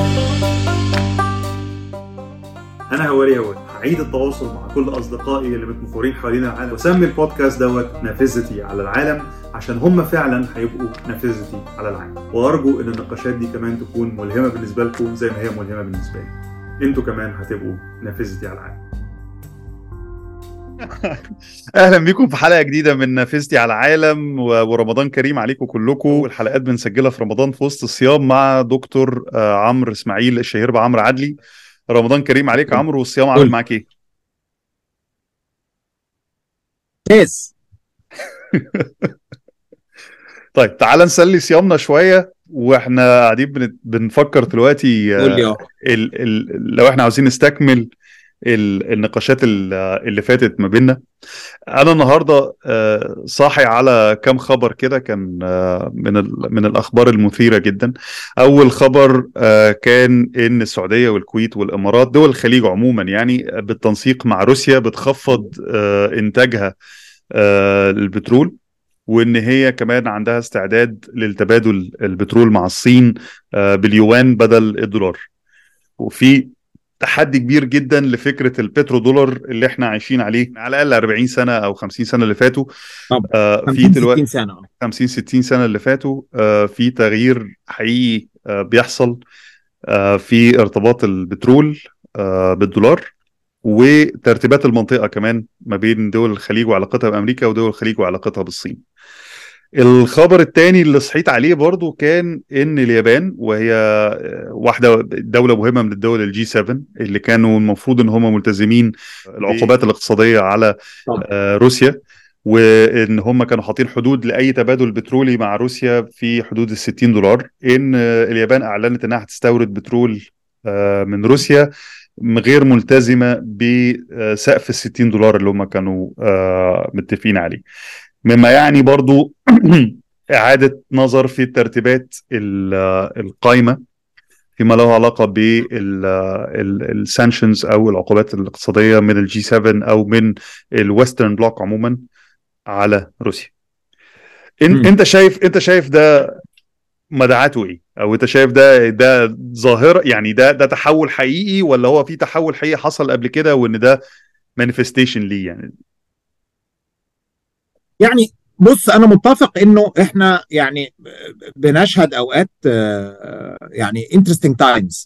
أنا هواري هعيد التواصل مع كل أصدقائي اللي متمحورين حوالين العالم، وسمي البودكاست نافذتي على العالم، عشان هم فعلا هيبقوا نافذتي على العالم. وأرجو إن النقاشات دي كمان تكون ملهمة بالنسبة لكم زي ما هي ملهمة بالنسبة لي. انتوا كمان هتبقوا نافذتي على العالم. اهلا بيكم في حلقه جديده من نافذتي على العالم، ورمضان كريم عليكم كلكم. والحلقات بنسجلها في رمضان في وسط الصيام مع دكتور عمرو اسماعيل الشهير بعمرو عدلي. رمضان كريم عليك عمرو، والصيام عامل معاك ايه؟ بس طيب تعال نسلي صيامنا شويه واحنا قاعدين بنفكر دلوقتي. لو احنا عاوزين نستكمل النقاشات اللي فاتت ما بيننا. انا النهارده صاحي على كام خبر كده، كان من الاخبار المثيره جدا. اول خبر كان ان السعوديه والكويت والامارات، دول الخليج عموما يعني، بالتنسيق مع روسيا بتخفض انتاجها البترول، وان هي كمان عندها استعداد للتبادل البترول مع الصين باليوان بدل الدولار. وفي تحدي كبير جدا لفكرة البترودولار اللي احنا عايشين عليه على الأقل 40 سنة أو 50 سنة اللي فاتوا. في دلوقتي 50 60 سنة اللي فاتوا في تغيير حقيقي بيحصل في ارتباط البترول بالدولار، وترتيبات المنطقة كمان ما بين دول الخليج وعلاقتها بأمريكا ودول الخليج وعلاقتها بالصين. الخبر الثاني اللي صحيت عليه برضو كان ان اليابان، وهي واحدة دولة مهمة من الدول الجي 7 اللي كانوا المفروض ان هم ملتزمين العقوبات الاقتصادية على روسيا، وان هم كانوا حاطين حدود لاي تبادل بترولي مع روسيا في حدود $60. ان اليابان اعلنت انها هتستورد بترول من روسيا غير ملتزمة بسقف $60 اللي هم كانوا متفقين عليه، مما يعني برضو إعادة نظر في الترتيبات القائمة فيما له علاقة بالسانكشنز أو العقوبات الاقتصادية من الجي 7 أو من الويسترن بلوك عموما على روسيا. انت شايف ده مدعاته ايه؟ او انت شايف ده ظاهرة يعني، ده تحول حقيقي، ولا هو في تحول حقيقي حصل قبل كده وان ده مانيفستيشن ليه يعني بص، انا متفق انه احنا يعني بنشهد اوقات يعني interesting times.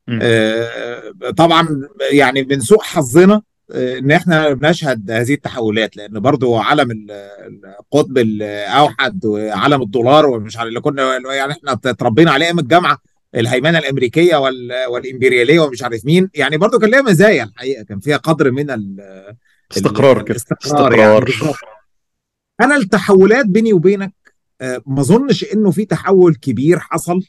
طبعا يعني من سوء حظنا ان احنا بنشهد هذه التحولات، لان برضو عالم القطب الاوحد وعالم الدولار ومش عارف اللي كنا يعني احنا اتربينا عليه ايام الجامعه، الهيمنه الامريكيه والامبرياليه ومش عارف مين، يعني برضو كان ليها مزايا الحقيقه، كان فيها قدر من استقرار كده. الاستقرار يعني بالظبط. انا التحولات بيني وبينك ما اظنش انه في تحول كبير حصل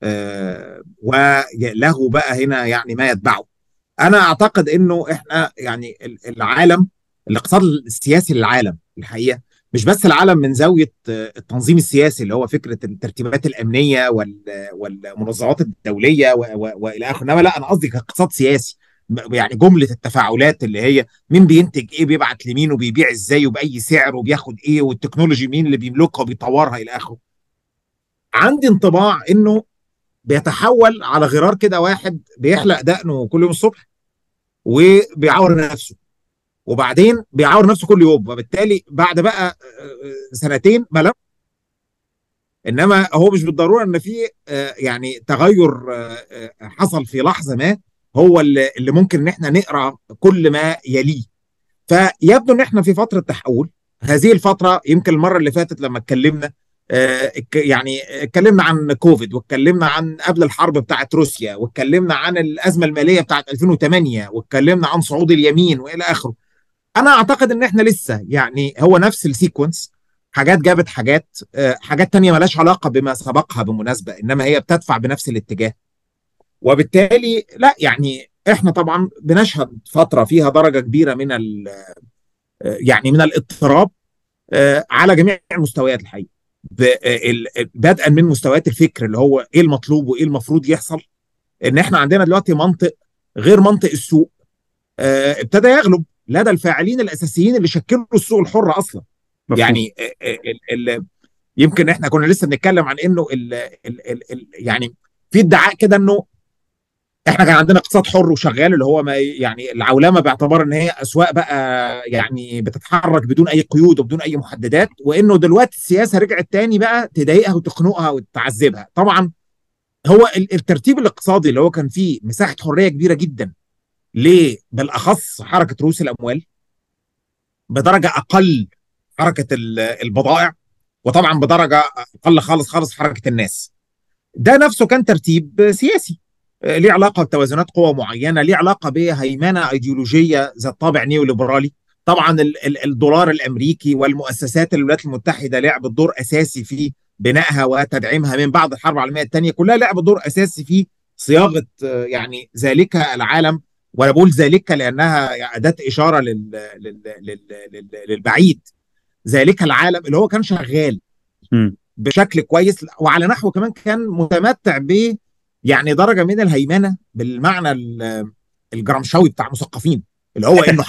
وله بقى هنا يعني ما يتبعه. انا اعتقد انه احنا يعني العالم، الاقتصاد السياسي للعالم الحقيقه، مش بس العالم من زاويه التنظيم السياسي اللي هو فكره الترتيبات الامنيه والمنظمات الدوليه والى اخره، انما لا، انا قصدي كاقتصاد سياسي، يعني جمله التفاعلات اللي هي مين بينتج ايه، بيبعت لمين، وبيبيع ازاي وباي سعر، وبياخد ايه، والتكنولوجي مين اللي بيملكها وبيطورها الى اخره. عندي انطباع انه بيتحول على غرار كده، واحد بيحلق دقنه كل يوم الصبح وبيعور نفسه، وبعدين بيعور نفسه كل يوم، وبالتالي بعد بقى سنتين بلا. انما هو مش بالضروره ان في يعني تغير حصل في لحظه ما هو اللي ممكن ان احنا نقرا كل ما يليه. فيبدو ان احنا في فتره تحول. هذه الفتره يمكن المره اللي فاتت لما اتكلمنا يعني اتكلمنا عن كوفيد، واتكلمنا عن قبل الحرب بتاعت روسيا، واتكلمنا عن الازمه الماليه بتاعت 2008، واتكلمنا عن صعود اليمين والى اخره. انا اعتقد ان احنا لسه يعني هو نفس السيكونس، حاجات جابت حاجات، حاجات تانية ملاش علاقه بما سبقها بالمناسبه، انما هي بتدفع بنفس الاتجاه. وبالتالي لا يعني احنا طبعا بنشهد فتره فيها درجه كبيره من يعني من الاضطراب على جميع المستويات الحقيقه، بدءا من مستويات الفكر اللي هو ايه المطلوب وايه المفروض يحصل. ان احنا عندنا دلوقتي منطق غير منطق السوق ابتدى يغلب لدى الفاعلين الاساسيين اللي شكلوا السوق الحر اصلا. مفهوم. يعني يمكن احنا كنا لسه بنتكلم عن انه يعني في ادعاء كده انه احنا كان عندنا اقتصاد حر وشغال، اللي هو ما يعني العولمه باعتبار ان هي اسواق بقى يعني بتتحرك بدون اي قيود وبدون اي محددات، وانه دلوقتي السياسه رجعت تاني بقى تضايقها وتخنقها وتعذبها. طبعا هو الترتيب الاقتصادي اللي هو كان فيه مساحه حريه كبيره جدا، ليه بالاخص حركه رؤوس الاموال، بدرجه اقل حركه البضائع، وطبعا بدرجه اقل خالص خالص حركه الناس. ده نفسه كان ترتيب سياسي ليه علاقه بتوازنات قوى معينه، ليه علاقه بهيمنه ايديولوجيه ذات طابع نيو ليبرالي. طبعا الدولار الامريكي والمؤسسات الولايات المتحده لعبت دور اساسي في بنائها وتدعيمها من بعد الحرب العالميه الثانيه، كلها لعبت دور اساسي في صياغه يعني ذلك العالم. وانا بقول ذلك لانها اداه اشاره للبعيد. ذلك العالم اللي هو كان شغال بشكل كويس، وعلى نحو كمان كان متمتع ب يعني درجه من الهيمنه بالمعنى الجرامشاوي بتاع مثقفين، اللي هو انه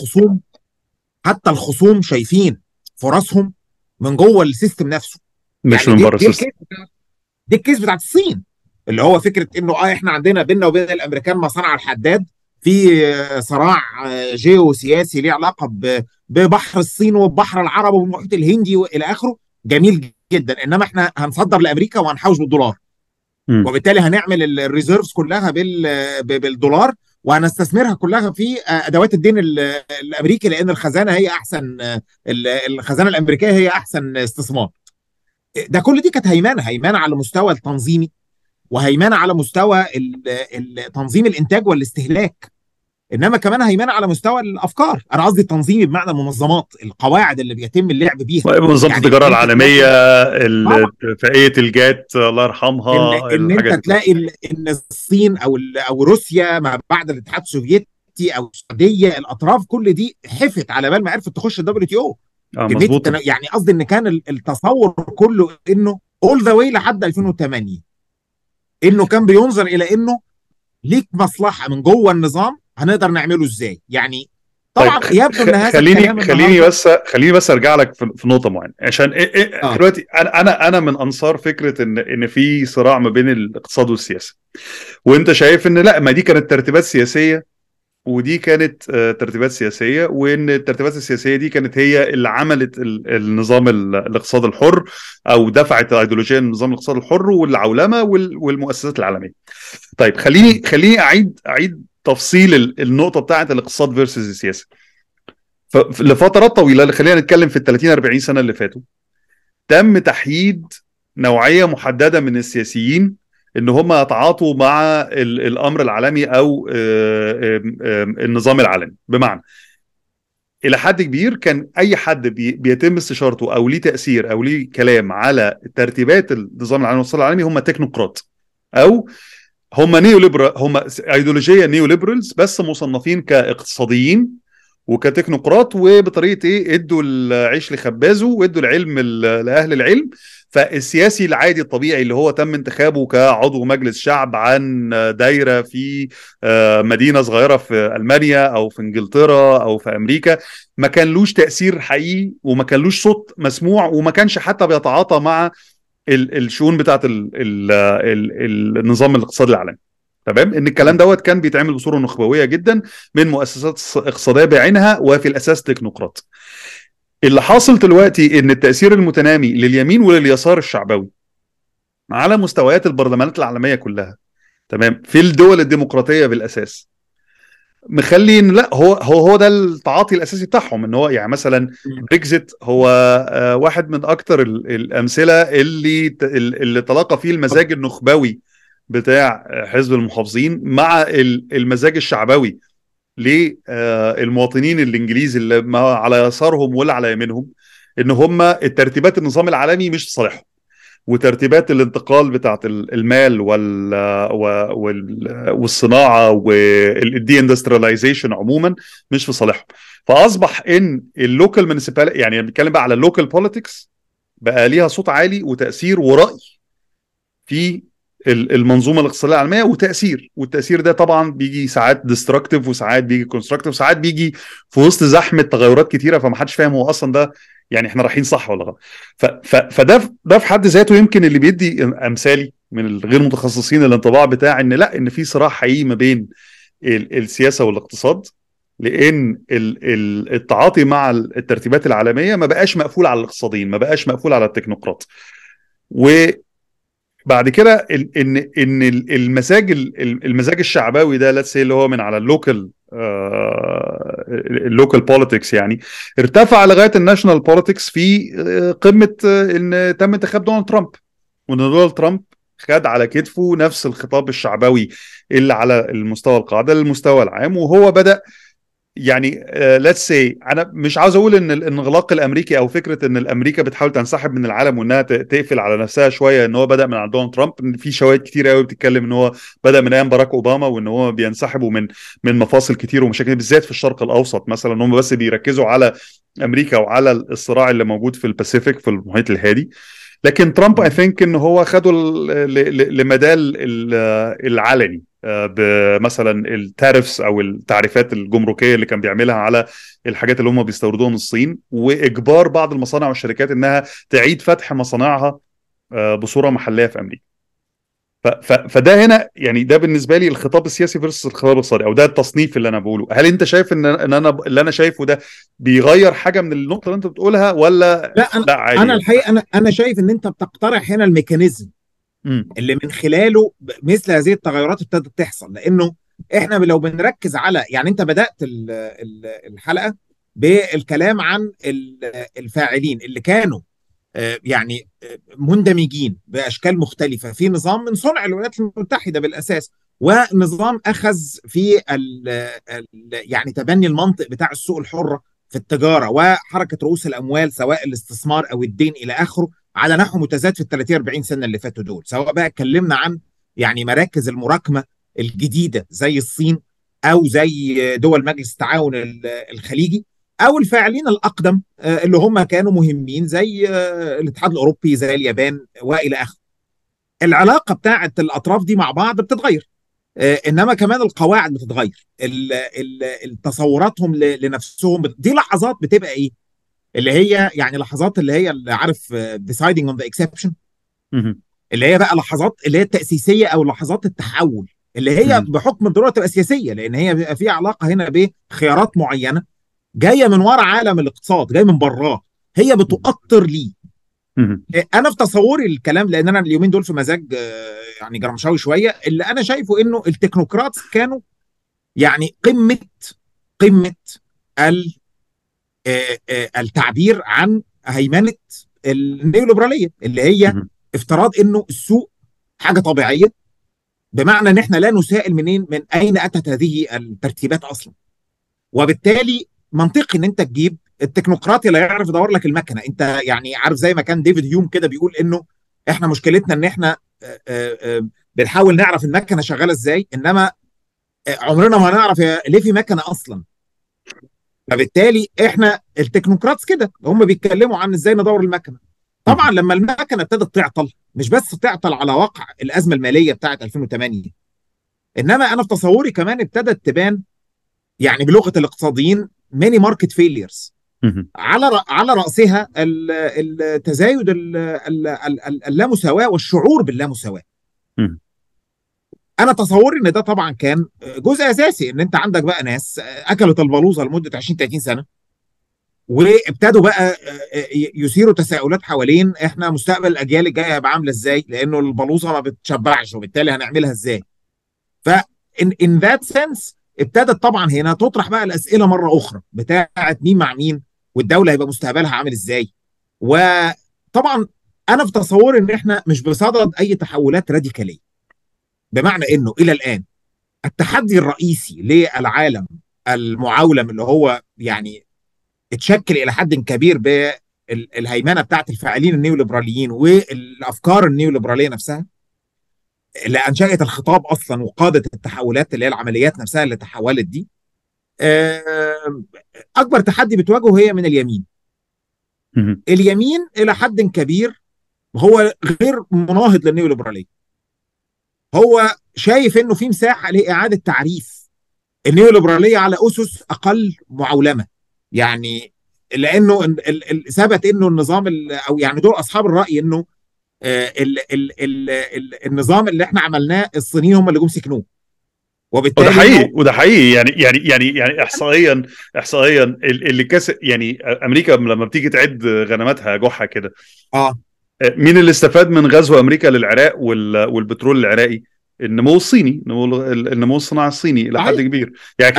حتى الخصوم شايفين فرصهم من جوه السيستم نفسه. مش يعني من بره السيستم. دي الكيس بتاعت الصين، اللي هو فكره انه احنا عندنا بيننا وبين الامريكان مصانع الحداد، في صراع جيو سياسي ليه علاقه ببحر الصين والبحر العربي والمحيط الهندي والى اخره، جميل جدا. انما احنا هنصدر لامريكا وهنحوش بالدولار، وبالتالي هنعمل الريزيرفز كلها بالدولار، وهنستثمرها كلها في ادوات الدين الامريكي، لان الخزانه هي احسن، الخزانه الامريكيه هي احسن استثمار. ده كل دي كانت هيمنه على مستوى التنظيمي، وهيمنه على مستوى تنظيم الانتاج والاستهلاك، انما كمان هيمنه على مستوى الافكار. انا قصدي التنظيمي بمعنى المنظمات، القواعد اللي بيتم اللعب بيها. منظمه يعني التجاره العالميه، اتفاقيه الجات الله يرحمها، ان انت تلاقي ان الصين او روسيا ما بعد الاتحاد السوفيتي او السعوديه، الاطراف كل دي حفت على بال ما عرفت تخش الدبليو تي او. مظبوط. يعني قصدي ان كان التصور كله انه اول ذا واي لحد 2008، انه كان بينظر الى انه ليك مصلحه من جوه النظام، هنقدر نعمله ازاي يعني. طبعا طيب يبدو ان هذا خليني بس ارجع لك في نقطه معينه، عشان دلوقتي انا من انصار فكره ان في صراع ما بين الاقتصاد والسياسه، وانت شايف ان لا، ما دي كانت ترتيبات سياسيه ودي كانت ترتيبات سياسيه، وان الترتيبات السياسيه دي كانت هي اللي عملت النظام الاقتصاد الحر، او دفعت الايديولوجيه النظام الاقتصاد الحر والعولمه والمؤسسات العالميه. طيب خليني اعيد تفصيل النقطه بتاعت الاقتصاد فيرسز السياسه. لفترات طويله، خلينا نتكلم في ال 30 40 سنه اللي فاتوا، تم تحييد نوعيه محدده من السياسيين ان هم يتعاطوا مع الامر العالمي او النظام العالمي. بمعنى الى حد كبير كان اي حد بيتم استشارته او ليه تاثير او ليه كلام على ترتيبات النظام العالمي والاقتصاد العالمي هم تكنوقراط، او هم نيو ليبرال، هم ايديولوجيه نيو ليبرالز بس مصنفين كاقتصاديين وكتكنوقراط، وبطريقه ادوا العيش لخبازه وادوا العلم لاهل العلم. فالسياسي العادي الطبيعي اللي هو تم انتخابه كعضو مجلس شعب عن دايره في مدينه صغيره في المانيا او في انجلترا او في امريكا، ما كان لوش تاثير حقيقي وما كان لوش صوت مسموع، وما كانش حتى بيتعاطى مع الشؤون بتاعت النظام الاقتصادي العالمي. تمام، ان الكلام دوت كان بيتعمل بصوره نخبويه جدا من مؤسسات اقتصاديه بعينها وفي الاساس تكنوقراط. اللي حاصل دلوقتي ان التاثير المتنامي لليمين ولليسار الشعبوي على مستويات البرلمانات العالميه كلها، تمام، في الدول الديمقراطيه بالاساس، مخلي ان لا، هو ده التعاطي الاساسي بتاعهم. ان هو يعني مثلا بريكزيت هو واحد من اكتر الامثله اللي تلاقى فيه المزاج النخبوي بتاع حزب المحافظين مع المزاج الشعبوي للمواطنين الانجليز اللي ما على يسارهم ولا على يمينهم، ان هم الترتيبات النظام العالمي مش في صالحهم، وترتيبات الانتقال بتاعت المال والصناعه والدي اندسترياليزيشن عموما مش في صالحهم. فاصبح ان اللوكال مونسيبال، يعني بنتكلم بقى على اللوكال بوليتكس، بقى ليها صوت عالي وتاثير ورأي في المنظومه الاقتصاديه العالميه، والتاثير ده طبعا بيجي ساعات ديستركتيف وساعات بيجي كونستراكتيف، ساعات بيجي في وسط زحمه تغيرات كتيره فما حدش فاهم هو اصلا ده يعني احنا رايحين صح ولا غلط. فده في حد ذاته يمكن اللي بيدي امثالي من الغير متخصصين الانطباع بتاع ان لا، ان في صراع حقيقي ما بين السياسه والاقتصاد، لان التعاطي مع الترتيبات العالميه ما بقاش مقفول على الاقتصاديين، ما بقاش مقفول على التكنوقراط. وبعد كده ان المزاج الشعبوي ده، لاتس اللي هو من على اللوكال بوليتكس، يعني ارتفع لغايه الناشونال بوليتكس في قمه ان تم انتخاب دونالد ترامب، وان دونالد ترامب خد على كتفه نفس الخطاب الشعبوي اللي على المستوى القاعده للمستوى العام، وهو بدأ يعني ليتس سي، انا مش عاوز اقول ان الانغلاق الامريكي او فكره ان الامريكا بتحاول تنسحب من العالم وانها تقفل على نفسها شويه، ان هو بدا من عند دونالد ترامب. ان في شواهد كتير قوي بتتكلم ان هو بدا من ايام باراك اوباما، وان هو بينسحبوا من مفاصل كتير ومشاكل بالذات في الشرق الاوسط مثلا، ان هم بس بيركزوا على امريكا وعلى الصراع اللي موجود في الباسيفيك في المحيط الهادي. لكن ترامب اي ثينك ان هو خده لمدى العلني، بمثلا التارفس او التعريفات الجمركيه اللي كان بيعملها على الحاجات اللي هم بيستوردوها من الصين، واجبار بعض المصانع والشركات انها تعيد فتح مصانعها بصوره محليه في امريكا. فده هنا يعني ده بالنسبه لي الخطاب السياسي فيرسس الخطاب الاقتصادي، او ده التصنيف اللي انا بقوله. هل انت شايف ان انا اللي انا شايفه ده بيغير حاجه من النقطه اللي انت بتقولها، ولا لا، انا لا عادي انا يعني؟ الحقيقه انا شايف ان انت بتقترح هنا الميكانيزم اللي من خلاله مثل هذه التغيرات ابتدت تحصل. لانه احنا لو بنركز على، يعني انت بدأت الحلقة بالكلام عن الفاعلين اللي كانوا يعني مندمجين باشكال مختلفه في نظام من صنع الولايات المتحده بالاساس، ونظام اخذ في يعني تبني المنطق بتاع السوق الحره في التجاره وحركه رؤوس الاموال، سواء الاستثمار او الدين الى اخره، على نحو متزايد في ال 30 40 سنه اللي فاتوا دول. سواء بقى اتكلمنا عن يعني مراكز المراكمه الجديده زي الصين، او زي دول مجلس التعاون الخليجي، او الفاعلين الاقدم اللي هم كانوا مهمين زي الاتحاد الاوروبي، زي اليابان والى اخره. العلاقه بتاعه الاطراف دي مع بعض بتتغير، انما كمان القواعد بتتغير، تصوراتهم لنفسهم. دي لحظات بتبقى ايه اللي هي يعني لحظات اللي هي اللي عارف deciding on the exception، اللي هي بقى لحظات اللي هي التأسيسية او لحظات التحول، اللي هي بحكم الضرورة تبقى سياسية، لان هي بيبقى في علاقة هنا بخيارات معينة جايه من وراء عالم الاقتصاد، جايه من براه، هي بتؤطر ليه. انا في تصوري الكلام، لان انا اليومين دول في مزاج يعني جرمشاوي شويه، اللي انا شايفه انه التكنوقراط كانوا يعني قمه التعبير عن هيمنه النيوليبراليه، اللي هي افتراض انه السوق حاجه طبيعيه، بمعنى ان احنا لا نسائل من اين اتت هذه الترتيبات اصلا. وبالتالي منطقي ان انت تجيب التكنوقراطي اللي يعرف يدور لك المكنه. انت يعني عارف زي ما كان ديفيد هيوم كده بيقول انه احنا مشكلتنا ان احنا بنحاول نعرف المكنه شغاله ازاي، انما عمرنا ما هنعرف ليه في مكنه اصلا. فبالتالي احنا التكنوقراطس كده هم بيتكلموا عن ازاي ندور المكنه. طبعا لما المكنه ابتدت تعطل، مش بس تعطل على واقع الازمه الماليه بتاعه 2008، انما انا في تصوري كمان ابتدت تبان يعني بلغه الاقتصاديين ماني ماركت فيليرز، على راسها التزايد اللامساواه والشعور باللامساواه. انا تصوري ان ده طبعا كان جزء اساسي، ان انت عندك بقى ناس اكلت البلوزه لمده 20 30 سنه، وابتدوا بقى يثيروا تساؤلات حوالين احنا مستقبل الاجيال الجايه هيبقى عامله ازاي، لانه البلوزه ما بتشبعش، وبالتالي هنعملها ازاي. ف in that sense ابتدت طبعا هنا تطرح بقى الاسئله مره اخرى بتاعه مين مع مين، والدوله هيبقى مستقبلها عامل ازاي. وطبعا انا في تصوري ان احنا مش بصدد اي تحولات راديكاليه، بمعنى انه الى الان التحدي الرئيسي للعالم المعولم اللي هو يعني اتشكل الى حد كبير بالهيمنه بتاعه الفاعلين النيوليبراليين والافكار النيوليبراليه نفسها، اللي انشأت الخطاب اصلا وقادت التحولات اللي هي العمليات نفسها اللي تحولت دي. اكبر تحدي بتواجهه هي من اليمين. اليمين الى حد كبير هو غير مناهض للنيوليبراليه، هو شايف انه في مساحه لاعاده تعريف النيوليبراليه على اسس اقل معولمه. يعني لانه ثبت انه النظام او يعني دول اصحاب الراي انه النظام اللي احنا عملناه الصينيين هم اللي جم سكنوه، وده وبالتالي حقيقي، وده حقيقي. يعني احصائيا اللي كسب يعني امريكا لما بتيجي تعد غنماتها جحا كده، اه مين اللي استفاد من غزو امريكا للعراق والبترول العراقي؟ النمو الصيني، النمو الصناعي الصيني الى حد صحيح. كبير. يعني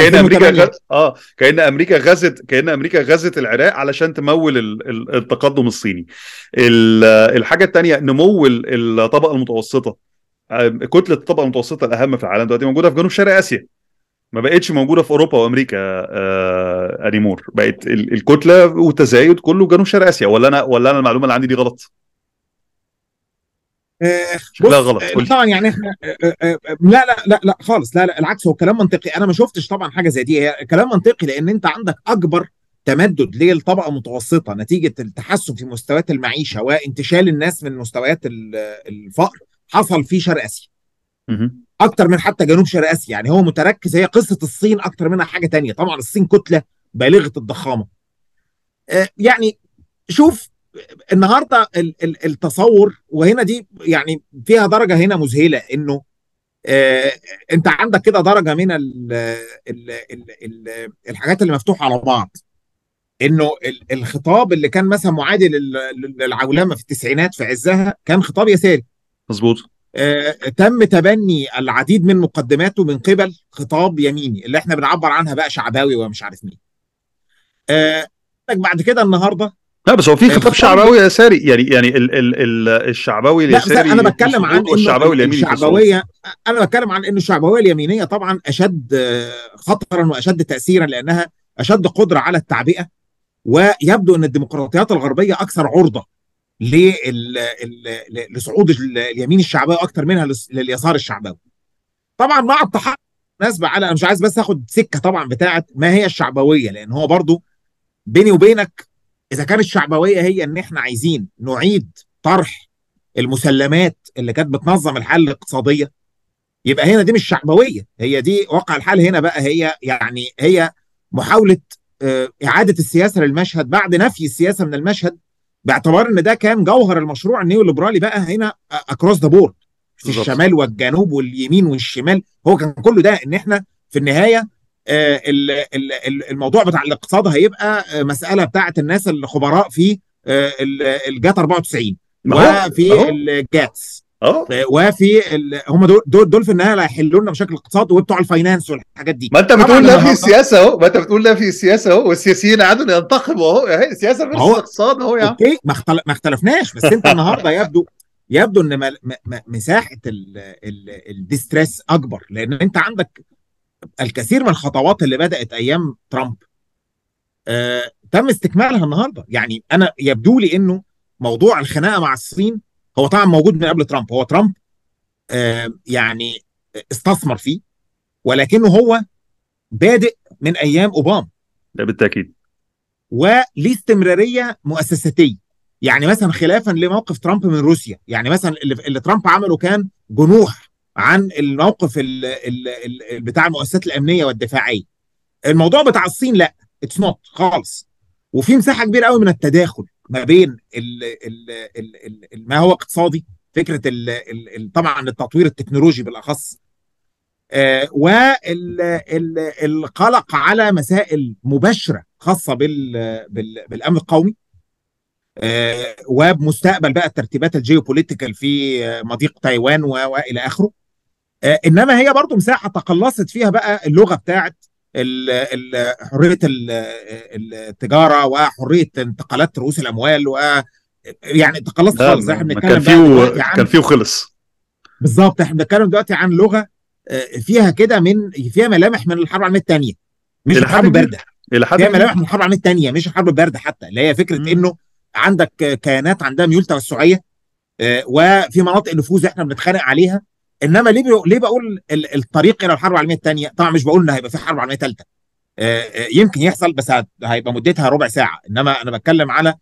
كأن امريكا غزت العراق علشان تمول التقدم الصيني. الحاجه الثانيه نمو الطبقه المتوسطه. كتله الطبقه المتوسطه الاهم في العالم دلوقتي موجوده في جنوب شرق اسيا، ما بقتش موجوده في اوروبا وامريكا انيمور. بقت الكتله والتزايد كله جنوب شرق اسيا. ولا انا المعلومه اللي عندي دي غلط؟ شكلها بص غلط، قول لي. طبعا يعني احنا لا لا لا لا خالص، لا لا العكس، هو كلام منطقي. انا ما شفتش طبعا حاجه زي دي، هي كلام منطقي لان انت عندك اكبر تمدد للطبقه المتوسطه نتيجه التحسن في مستويات المعيشه وانتشال الناس من مستويات الفقر حصل في شرق اسيا مهم. اكتر من حتى جنوب شرق اسيا. يعني هو متركز، هي قصه الصين اكتر منها حاجه تانية. طبعا الصين كتله بالغه الضخامه. يعني شوف النهارده التصور، وهنا دي يعني فيها درجه هنا مذهله، انه آه انت عندك كده درجه من الحاجات اللي مفتوحه على بعض، انه الخطاب اللي كان مثلا معادي للعولمه في التسعينات في عزها كان خطاب يساري. مظبوط. تم تبني العديد من مقدماته من قبل خطاب يميني اللي احنا بنعبر عنها بقى شعباوي ومش عارف مين. بعد كده النهارده لا بس هو في خطاب بترامب. شعبوي يساري، يعني الشعبوي لا بس اليساري انا في بتكلم عن الصعود انه والشعبوي اليميني في الصعود. الشعبويه، انا بتكلم عن انه الشعبويه اليمينيه طبعا اشد خطرا واشد تاثيرا لانها اشد قدره على التعبئه، ويبدو ان الديمقراطيات الغربيه اكثر عرضه لصعود اليمين الشعبوي اكثر منها لليسار الشعبوي. طبعا مع التحرك بالنسبه على، انا مش عايز بس اخد سكه طبعا بتاعه ما هي الشعبويه، لان هو برضو بيني وبينك اذا كانت الشعبويه هي ان احنا عايزين نعيد طرح المسلمات اللي كانت بتنظم الحاله الاقتصاديه، يبقى هنا دي مش شعبويه، هي دي واقع الحال. هنا بقى هي يعني هي محاوله اعاده السياسه للمشهد بعد نفي السياسه من المشهد، باعتبار ان ده كان جوهر المشروع النيوليبرالي بقى هنا اكروس ذا بورد في بالظبط. الشمال والجنوب واليمين والشمال. هو كان كله ده ان احنا في النهايه الموضوع بتاع الاقتصاد هيبقى مساله بتاعه الناس الخبراء في الجات 94 وفي الجاتس وفي هم دول في النهايه اللي هيحلوا لنا مشاكل الاقتصاد، وبتوع الفاينانس والحاجات دي. ما انت بتقول لا في السياسه اهو، والسياسيين قعدوا ينتقموا اهو، اهي سياسه فيرسس اقتصاد اهو. اوكي ما اختلفناش، بس انت النهارده يبدو ان مساحه الديستريس اكبر، لان انت عندك الكثير من الخطوات اللي بدات ايام ترامب تم استكمالها النهارده. يعني انا يبدو لي انه موضوع الخناقه مع الصين هو طبعا موجود من قبل ترامب، هو ترامب يعني استثمر فيه، ولكنه هو بادئ من ايام اوباما. ده بالتاكيد. وليه استمراريه مؤسساتيه، يعني مثلا خلافا لموقف ترامب من روسيا، يعني مثلا اللي ترامب عمله كان جنوح عن الموقف بتاع المؤسسات الامنيه والدفاعيه. الموضوع بتاع الصين لا، اتس نوت خالص. وفي مساحه كبيره قوي من التداخل ما بين ما هو اقتصادي، فكره طبعا التطوير التكنولوجي بالاخص، والقلق على مسائل مباشره خاصه بالامن القومي، وبمستقبل بقى الترتيبات الجيوبوليتيكال في مضيق تايوان والى اخره. انما هي برضو مساحه تقلصت فيها بقى اللغه بتاعت حريه التجاره وحريه انتقالات رؤوس الاموال، يعني تقلصت خالص. احنا بنتكلم كان فيه وخلص. بالظبط، احنا بنتكلم دلوقتي عن لغه فيها كده فيها ملامح من الحرب العالميه الثانيه، مش الحرب البارده. فيها ملامح من الحرب العالميه الثانيه مش الحرب البارده حتى، اللي هي فكره انه عندك كيانات عندها ميول توسعيه وفي مناطق نفوذ احنا بنتخانق عليها. انما ليه بقول الطريق الى الحرب العالميه الثانيه؟ طبعا مش بقول ان هيبقى في حرب عالميه ثالثه، يمكن يحصل بس هيبقى مدتها ربع ساعه. انما انا بتكلم على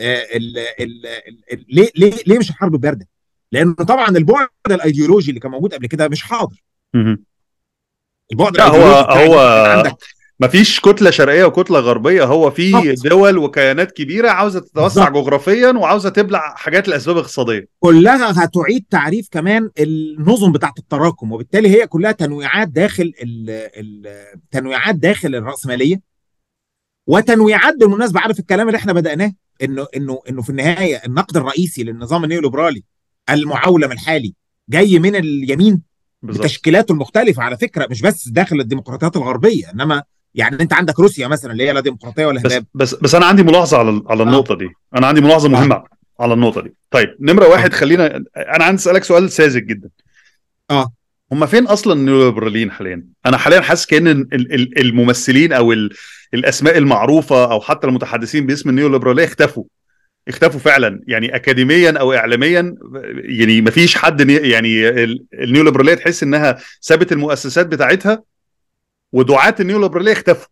ليه مش الحرب البارده؟ لانه طبعا البعد الايديولوجي اللي كان موجود قبل كده مش حاضر. البعد الايديولوجي هو عندك مفيش كتله شرقيه وكتله غربيه، هو في دول وكيانات كبيره عاوزه تتوسع جغرافيا وعاوزه تبلع حاجات لاسباب اقتصاديه، كلها هتعيد تعريف كمان النظم بتاعه التراكم، وبالتالي هي كلها تنويعات داخل تنويعات داخل الرأسمالية، وتنويعات بالمناسبة. عارف الكلام اللي احنا بدأناه، انه في النهاية النقد الرئيسي للنظام النيوليبرالي المعولم الحالي جاي من اليمين بتشكيلاته المختلفة، على فكرة مش بس داخل الديمقراطيات الغربية، انما يعني انت عندك روسيا مثلا اللي هي لا ديمقراطية ولا هباب. بس انا عندي ملاحظة على النقطة دي، انا عندي ملاحظة مهمة على النقطة دي. طيب نمرة واحد، خلينا انا عندي اسألك سؤال ساذج جدا. هم فين اصلا النيوليبراليين حاليا؟ انا حاليا حاسس كأن الممثلين او الاسماء المعروفة او حتى المتحدثين باسم النيوليبرالية اختفوا فعلا، يعني اكاديميا او اعلاميا. يعني ما فيش حد يعني النيوليبراليه تحس انها سابت المؤسسات بتاعتها، ودعاة النيوليبراليه اختفوا.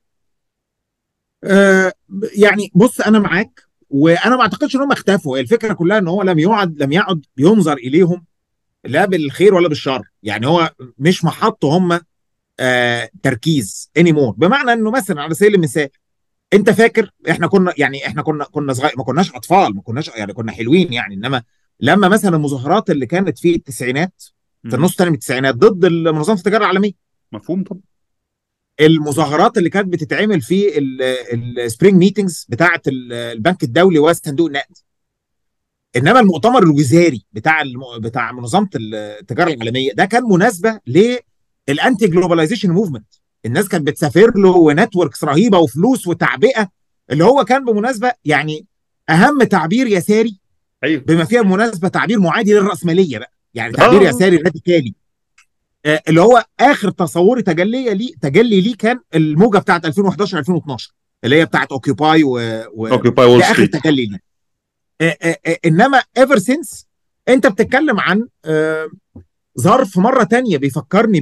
يعني بص انا معاك، وانا ما اعتقدش ان هم اختفوا. الفكره كلها ان هو لم يعد ينظر اليهم لا بالخير ولا بالشر، يعني هو مش محط هم تركيز انيمور. بمعنى انه مثلا على سبيل المثال، انت فاكر احنا كنا صغير، ما كناش اطفال، ما كناش يعني كنا حلوين يعني، انما لما مثلا المظاهرات اللي كانت في التسعينات، في النص الثاني من التسعينات ضد منظمه التجاره العالميه، مفهوم طبعا. المظاهرات اللي كانت بتتعمل في السبرينج ميتنجز بتاعه البنك الدولي وصندوق النقد، انما المؤتمر الوزاري بتاع منظمه التجاره العالميه ده كان مناسبه للانتي جلوباليزيشن موفمنت. الناس كانت بتسافر له ونتوركس رهيبه وفلوس وتعبئه، اللي هو كان بمناسبه يعني اهم تعبير يساري، ايوه بما فيها بمناسبه تعبير معادي للراسماليه بقى، يعني تعبير يساري راديكالي. اللي هو اخر تصوري تجلي ليه كان الموجه بتاعت 2011 2012 اللي هي بتاعت اوكيوباي اوكيوباي وول اخر تجلي ليه. انما ايفر سينس انت بتتكلم عن ظرف مره تانية بيفكرني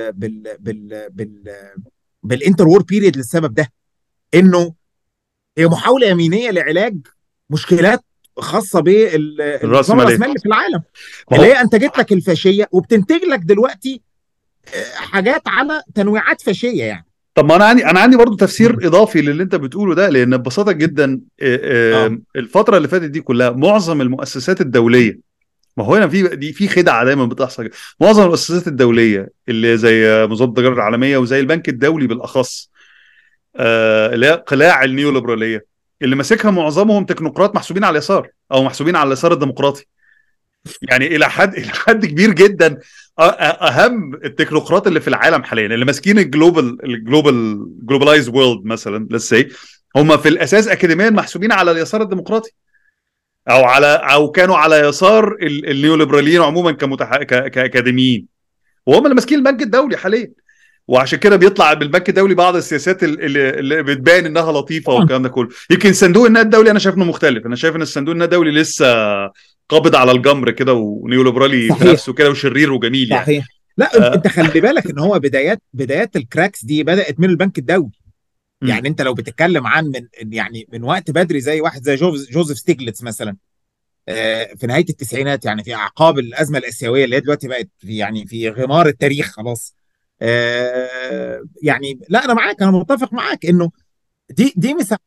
بالانتر وور بيريد للسبب ده، انه هي محاوله يمينيه لعلاج مشكلات خاصه بالنظام الراسمالي في العالم، اللي هي انتجت لك الفاشيه وبتنتج لك دلوقتي حاجات على تنويعات فاشيه يعني. طب ما انا عندي برضو تفسير اضافي للي انت بتقوله ده، لان ببساطه جدا الفتره اللي فاتت دي كلها معظم المؤسسات الدوليه، ما هو هنا في خدعه دايما بتحصل. معظم المؤسسات الدوليه اللي زي منظمه التجاره العالميه وزي البنك الدولي بالاخص، اللي هي قلاع النيوليبراليه، اللي ماسكها معظمهم تكنوقراط محسوبين على اليسار او محسوبين على اليسار الديمقراطي. يعني الى حد كبير جدا اهم التكنوقراط اللي في العالم حاليا اللي ماسكين جلوبالايز وورلد مثلا لسه، هم في الاساس اكاديميا محسوبين على اليسار الديمقراطي، او كانوا على يسار النيوليبراليين عموما كاكاديميين، وهم اللي ماسكين البنك الدولي حاليا. وعشان كده بيطلع بالبنك الدولي بعض السياسات اللي بتبان انها لطيفه والكلام ده كله. يمكن صندوق النقد الدولي انا شايف انه مختلف، انا شايف ان الصندوق النقد الدولي لسه قابض على الجمر كده ونيوليبرالي في نفسه كده وشرير وجميل يعني. صحيح. لا انت خلي بالك ان هو بدايات الكراكس دي بدات من البنك الدولي. يعني انت لو بتتكلم عن من وقت بدري، زي واحد زي جوزيف ستيجلتس مثلا في نهايه التسعينات، يعني في اعقاب الازمه الاسيويه اللي هي دلوقتي بقت في غمار التاريخ خلاص. يعني لا انا معاك، انا متفق معاك انه دي مساحه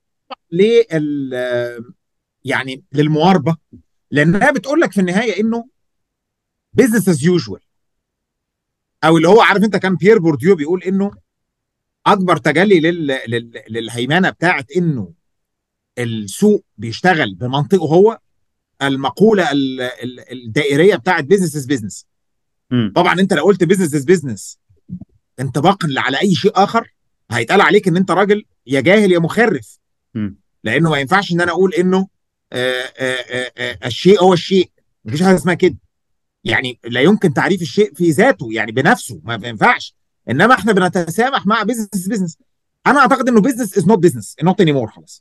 يعني للمواربه، لانها بتقول لك في النهايه انه بيزنس از يوجوال، او اللي هو عارف انت كان بيير بورديو بيقول انه اكبر تجلي للهيمنه بتاعت انه السوق بيشتغل بمنطقه هو المقوله الدائريه بتاعت بيزنس از بيزنس. طبعا انت لو قلت بيزنس از بيزنس انطباقا على اي شيء اخر هيتقال عليك ان انت راجل يا جاهل يا مخرف، لانه ما ينفعش ان انا اقول انه الشيء هو الشيء، مفيش حاجه اسمها كده. يعني لا يمكن تعريف الشيء في ذاته يعني بنفسه، ما ينفعش. انما احنا بنتسامح مع بيزنس. انا اعتقد انه بيزنس از نوت بيزنس نوت اني مور خلاص.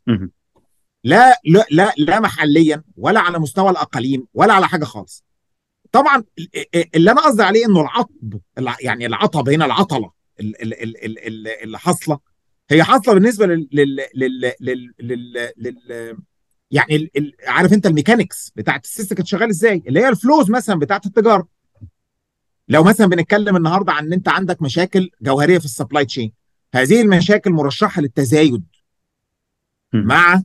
لا محليا ولا على مستوى الاقاليم ولا على حاجه خالص. طبعا اللي انا قصدي عليه انه يعني العطب هنا، العطله اللي حاصله هي حاصله بالنسبه يعني عارف انت الميكانكس بتاعت السيستم كانت شغال ازاي، اللي هي الفلوز مثلا بتاعت التجاره. لو مثلا بنتكلم النهارده عن ان انت عندك مشاكل جوهريه في السبلاي تشين، هذه المشاكل مرشحه للتزايد مع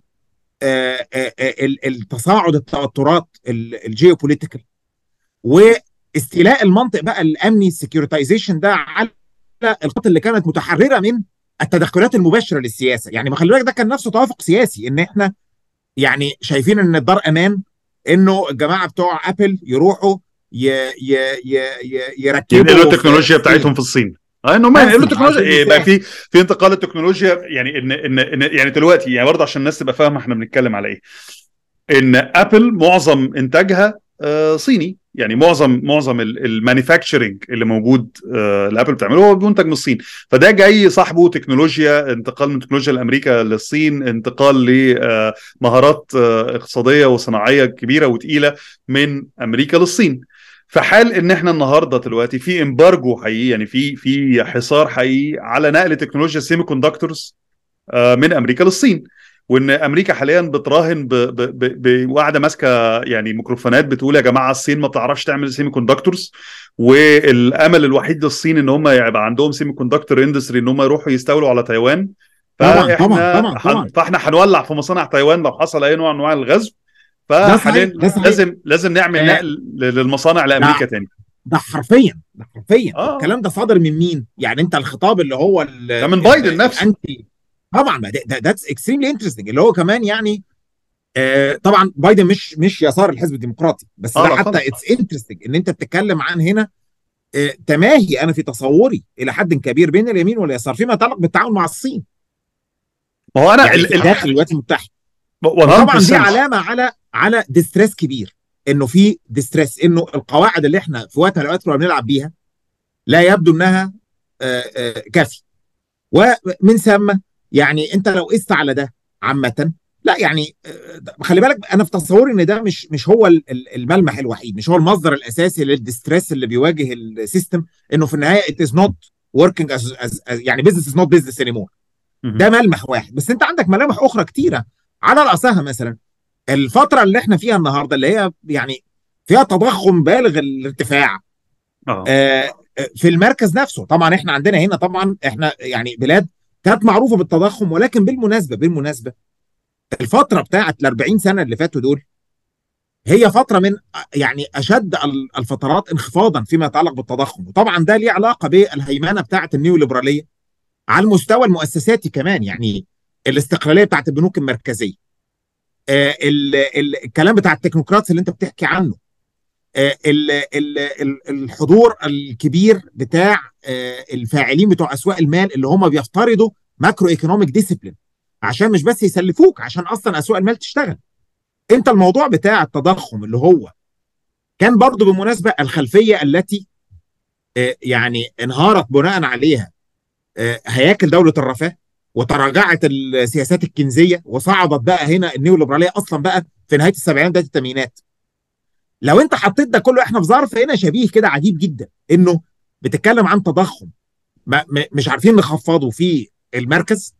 التصاعد التوترات الجيوبوليتيكال واستيلاء المنطق بقى الامني السكيورتايزيشن ده على الخطط اللي كانت متحرره من التدخلات المباشره للسياسه. يعني ما خلي بالك ده كان نفسه توافق سياسي، ان احنا يعني شايفين ان الدار امان، انه الجماعه بتوع ابل يروحوا يركبوا ينقلوا التكنولوجيا بتاعتهم في الصين. انه ما ينقلوا التكنولوجيا، يبقى في انتقال التكنولوجيا. يعني ان يعني دلوقتي يعني برضه عشان الناس تبقى فاهمه احنا بنتكلم على ايه. ان ابل معظم انتاجها صيني، يعني معظم المانيفاكتشرنج اللي موجود الابل بتعمله هو منتج من الصين. فده جاي صاحبه تكنولوجيا، انتقال من تكنولوجيا الامريكا للصين، انتقال لمهارات اقتصاديه وصناعيه كبيره وتقيله من امريكا للصين. فحال ان احنا النهارده دلوقتي في امبارجو حقيقي، يعني في حصار حقيقي على نقل تكنولوجيا السيمي كوندكتورز من امريكا للصين. وان امريكا حاليا بتراهن بواحده ماسكه يعني ميكروفونات بتقول يا جماعه الصين ما بتعرفش تعمل سيمي كوندكتورز، والامل الوحيد للصين ان هم يبقى عندهم سيمي كوندكتور اندستري ان هم يروحوا يستولوا على تايوان. طبعا طبعا طبعا طبعا. فاحنا هنولع في مصانع تايوان لو حصل اي نوع من انواع الغزو. فحاليا لازم نعمل نقل للمصانع لامريكا تاني. ده حرفيا الكلام ده صادر من مين؟ يعني انت الخطاب اللي هو ده من بايدن نفسه. طبعا that's extremely interesting، اللي هو كمان يعني طبعا بايدن مش يسار الحزب الديمقراطي، بس ده حتى it's interesting ان انت بتتكلم عن هنا تماهي انا في تصوري الى حد كبير بين اليمين واليسار فيما يتعلق بالتعاون مع الصين. ما هو انا يعني داخل الولايات المتحده طبعا دي علامه على ديستريس كبير، انه في ديستريس، انه القواعد اللي احنا في وقت من الاوقات كنا بنلعب بيها لا يبدو انها كافيه. ومن ثم يعني انت لو قست على ده عامه، لا يعني خلي بالك انا في تصوري ان ده مش هو الملمح الوحيد، مش هو المصدر الاساسي للديستريس اللي بيواجه السيستم، انه في النهايه it is not working as يعني business is not business anymore. ده ملمح واحد، بس انت عندك ملامح اخرى كتيره على راسها مثلا الفتره اللي احنا فيها النهارده اللي هي يعني فيها تضخم بالغ الارتفاع في المركز نفسه. طبعا احنا عندنا هنا طبعا احنا يعني بلاد كانت معروفه بالتضخم، ولكن بالمناسبه الفتره بتاعت ال 40 سنه اللي فاتوا دول هي فتره من يعني اشد الفترات انخفاضا فيما يتعلق بالتضخم. وطبعا ده ليه علاقه بالهيمنه بتاعت النيو ليبراليه على المستوى المؤسساتي كمان، يعني الاستقلاليه بتاعت البنوك المركزيه، الكلام بتاع التكنوقراطس اللي انت بتحكي عنه، الحضور الكبير بتاع الفاعلين بتوع اسواق المال اللي هم بيفترضوا ماكرو ايكونوميك ديسيبلين عشان مش بس يسلفوك، عشان اصلا اسواق المال تشتغل. انت الموضوع بتاع التضخم اللي هو كان برضو بالمناسبه الخلفيه التي يعني انهارت بناء عليها هياكل دوله الرفاه، وتراجعت السياسات الكنزيه، وصعدت بقى هنا النيو ليبراليه اصلا بقى في نهايه السبعينات بدايه الثمانينات. لو انت حطيت ده كله احنا في ظرف هنا شبيه كده عجيب جدا، انه بتتكلم عن تضخم مش عارفين نخفضه في المركز.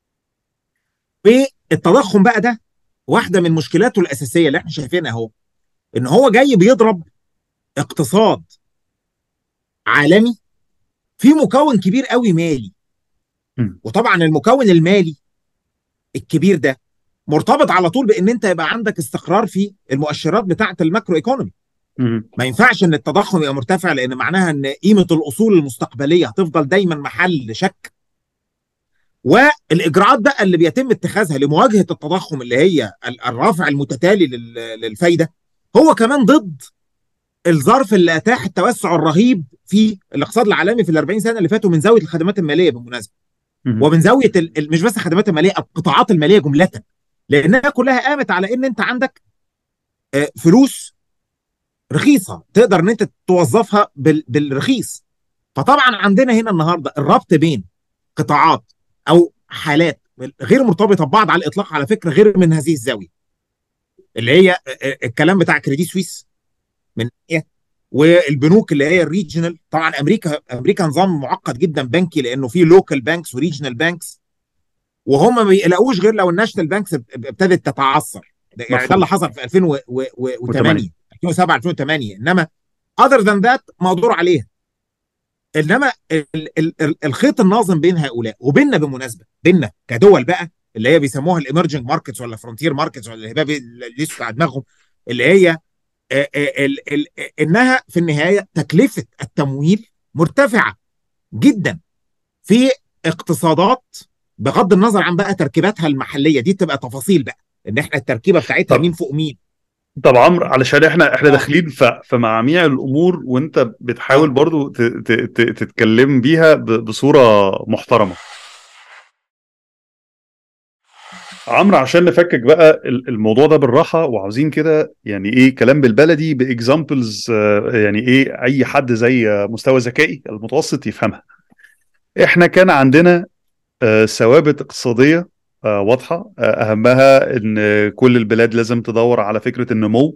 والتضخم بقى ده واحده من مشكلاته الاساسيه اللي احنا شايفينها اهو، ان هو جاي بيضرب اقتصاد عالمي في مكون كبير قوي مالي. وطبعا المكون المالي الكبير ده مرتبط على طول بان انت يبقى عندك استقرار في المؤشرات بتاعه الماكرو ايكونومي. ما ينفعش ان التضخم يبقى مرتفع، لان معناها ان قيمه الاصول المستقبليه هتفضل دايما محل شك. والاجراءات بقى اللي بيتم اتخاذها لمواجهه التضخم اللي هي الرفع المتتالي للفايده هو كمان ضد الظرف اللي اتاح التوسع الرهيب في الاقتصاد العالمي في ال 40 سنه اللي فاتوا من زاويه الخدمات الماليه بالمناسبه، ومن زاويه مش بس الخدمات الماليه، القطاعات الماليه جمله، لانها كلها قامت على ان انت عندك فلوس رخيصه تقدر ان انت توظفها بالرخيص. فطبعا عندنا هنا النهارده الربط بين قطاعات او حالات غير مرتبطه ببعض على الاطلاق على فكره، غير من هذه الزاويه اللي هي الكلام بتاع كريدي سويس من ايه، والبنوك اللي هي الريجنال. طبعا امريكا نظام معقد جدا بنكي، لانه فيه لوكال بانكس وريجنال بانكس، وهم ما بيلاقوش غير لو الناشونال بانكس ابتدت تتعثر. يعني ده اللي حصل في 2008 2007 2008، انما other than that مقدور عليها. انما الخيط الناظم بين هؤلاء وبيننا بالمناسبه، بيننا كدول بقى اللي هي بيسموها الامرجنج ماركتس ولا فرونتير ماركتس ولا الهباب اللي لسه على دماغهم، اللي هي انها في النهايه تكلفه التمويل مرتفعه جدا في اقتصادات، بغض النظر عن بقى تركيباتها المحليه دي تبقى تفاصيل بقى، ان احنا التركيبه بتاعتها طب مين فوق مين. طب عمرو، علشان احنا اه داخلين في معاميع الامور، وانت بتحاول اه برضو تتكلم بيها بصوره محترمه. عمرو، عشان نفكك بقى الموضوع ده بالراحه، وعاوزين كده يعني ايه كلام بالبلدي باكزامبلز، يعني ايه اي حد زي مستوى ذكائي المتوسط يفهمها. احنا كان عندنا ثوابت اقتصاديه واضحه، اهمها ان كل البلاد لازم تدور على فكره النمو،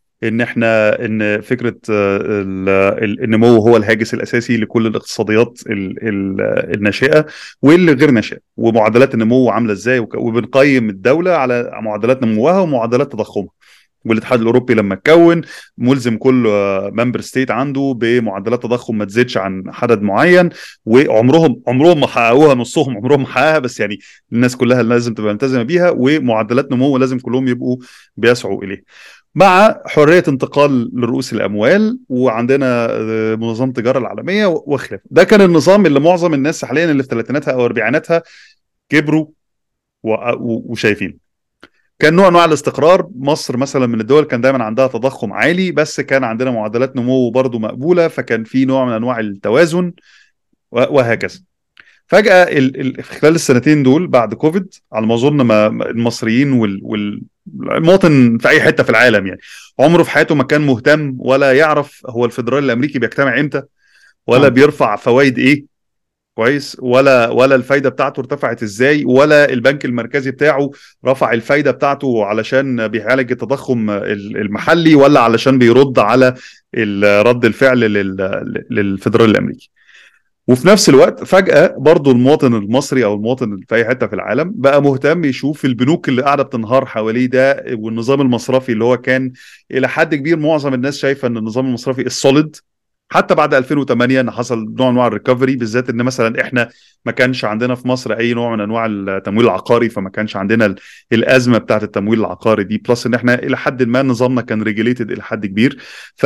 ان فكره النمو هو الهاجس الاساسي لكل الاقتصاديات الناشئه واللي غير ناشئه، ومعدلات النمو عامله ازاي، وبنقيم الدوله على معدلات نموها ومعدلات تضخمها. والاتحاد الاوروبي لما اتكون ملزم كل ممبر ستيت عنده بمعدلات تضخم ما تزيدش عن عدد معين، وعمرهم ما حققوها، نصهم عمرهم ما حققها، بس يعني الناس كلها لازم تبقى ملتزمه بيها، ومعدلات نمو لازم كلهم يبقوا بيسعوا اليه، مع حريه انتقال لرؤوس الاموال، وعندنا منظمه التجاره العالميه وخلافه. ده كان النظام اللي معظم الناس حاليا اللي في ثلاثيناتها او اربعيناتها كبروا وشايفين. كان نوع انواع الاستقرار. مصر مثلا من الدول كان دايما عندها تضخم عالي، بس كان عندنا معدلات نمو برضو مقبوله، فكان في نوع من انواع التوازن وهكذا. فجاه خلال السنتين دول بعد كوفيد، على ما اظن المصريين والمواطن في اي حته في العالم يعني عمره في حياته ما كان مهتم ولا يعرف هو الفدرالي الامريكي بيجتمع امتى، ولا اه بيرفع فوائد ايه كويس، ولا الفايده بتاعته ارتفعت ازاي، ولا البنك المركزي بتاعه رفع الفايده بتاعته علشان بيعالج التضخم المحلي، ولا علشان بيرد على رد الفعل للفدرالي الامريكي. وفي نفس الوقت فجأة برضو المواطن المصري او المواطن في اي حتة في العالم بقى مهتم يشوف البنوك اللي قاعدة بتنهار حواليه ده، والنظام المصرفي اللي هو كان الى حد كبير معظم الناس شايفة ان النظام المصرفي السوليد، حتى بعد 2008 ان حصل نوع من انواع الريكفري، بالذات ان مثلا احنا ما كانش عندنا في مصر اي نوع من انواع التمويل العقاري، فما كانش عندنا الازمه بتاعت التمويل العقاري دي، بلس ان احنا الى حد ما نظامنا كان ريجليتد الى حد كبير.